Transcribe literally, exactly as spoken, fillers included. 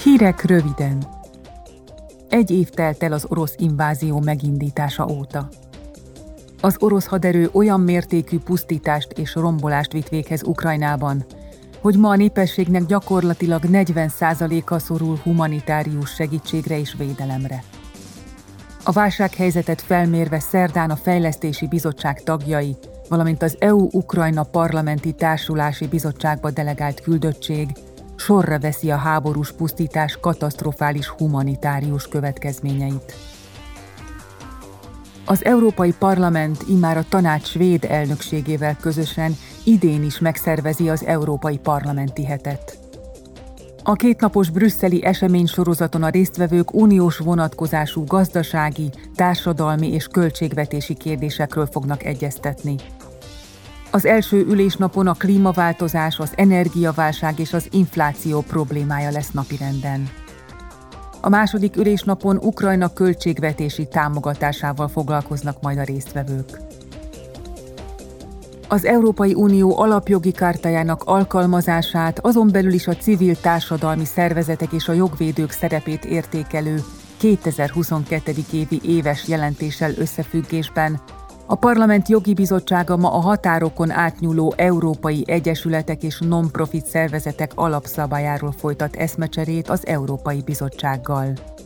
Hírek röviden. Egy év telt el az orosz invázió megindítása óta. Az orosz haderő olyan mértékű pusztítást és rombolást vitt véghez Ukrajnában, hogy ma a népességnek gyakorlatilag negyven százaléka szorul humanitárius segítségre és védelemre. A válsághelyzetet felmérve szerdán a Fejlesztési Bizottság tagjai, valamint az é u-Ukrajna Parlamenti Társulási Bizottságba delegált küldöttség sorra veszi a háborús pusztítás katasztrofális humanitárius következményeit. Az Európai Parlament immár a tanács svéd elnökségével közösen idén is megszervezi az Európai Parlamenti Hetet. A kétnapos brüsszeli eseménysorozaton a résztvevők uniós vonatkozású gazdasági, társadalmi és költségvetési kérdésekről fognak egyeztetni. Az első ülésnapon a klímaváltozás, az energiaválság és az infláció problémája lesz napirenden. A második ülésnapon Ukrajna költségvetési támogatásával foglalkoznak majd a résztvevők. Az Európai Unió alapjogi chartájának alkalmazását, azon belül is a civil társadalmi szervezetek és a jogvédők szerepét értékelő kétezer-huszonkettő. évi éves jelentéssel összefüggésben a Parlament Jogi Bizottsága ma a határokon átnyúló európai egyesületek és non-profit szervezetek alapszabályáról folytat eszmecserét az Európai Bizottsággal.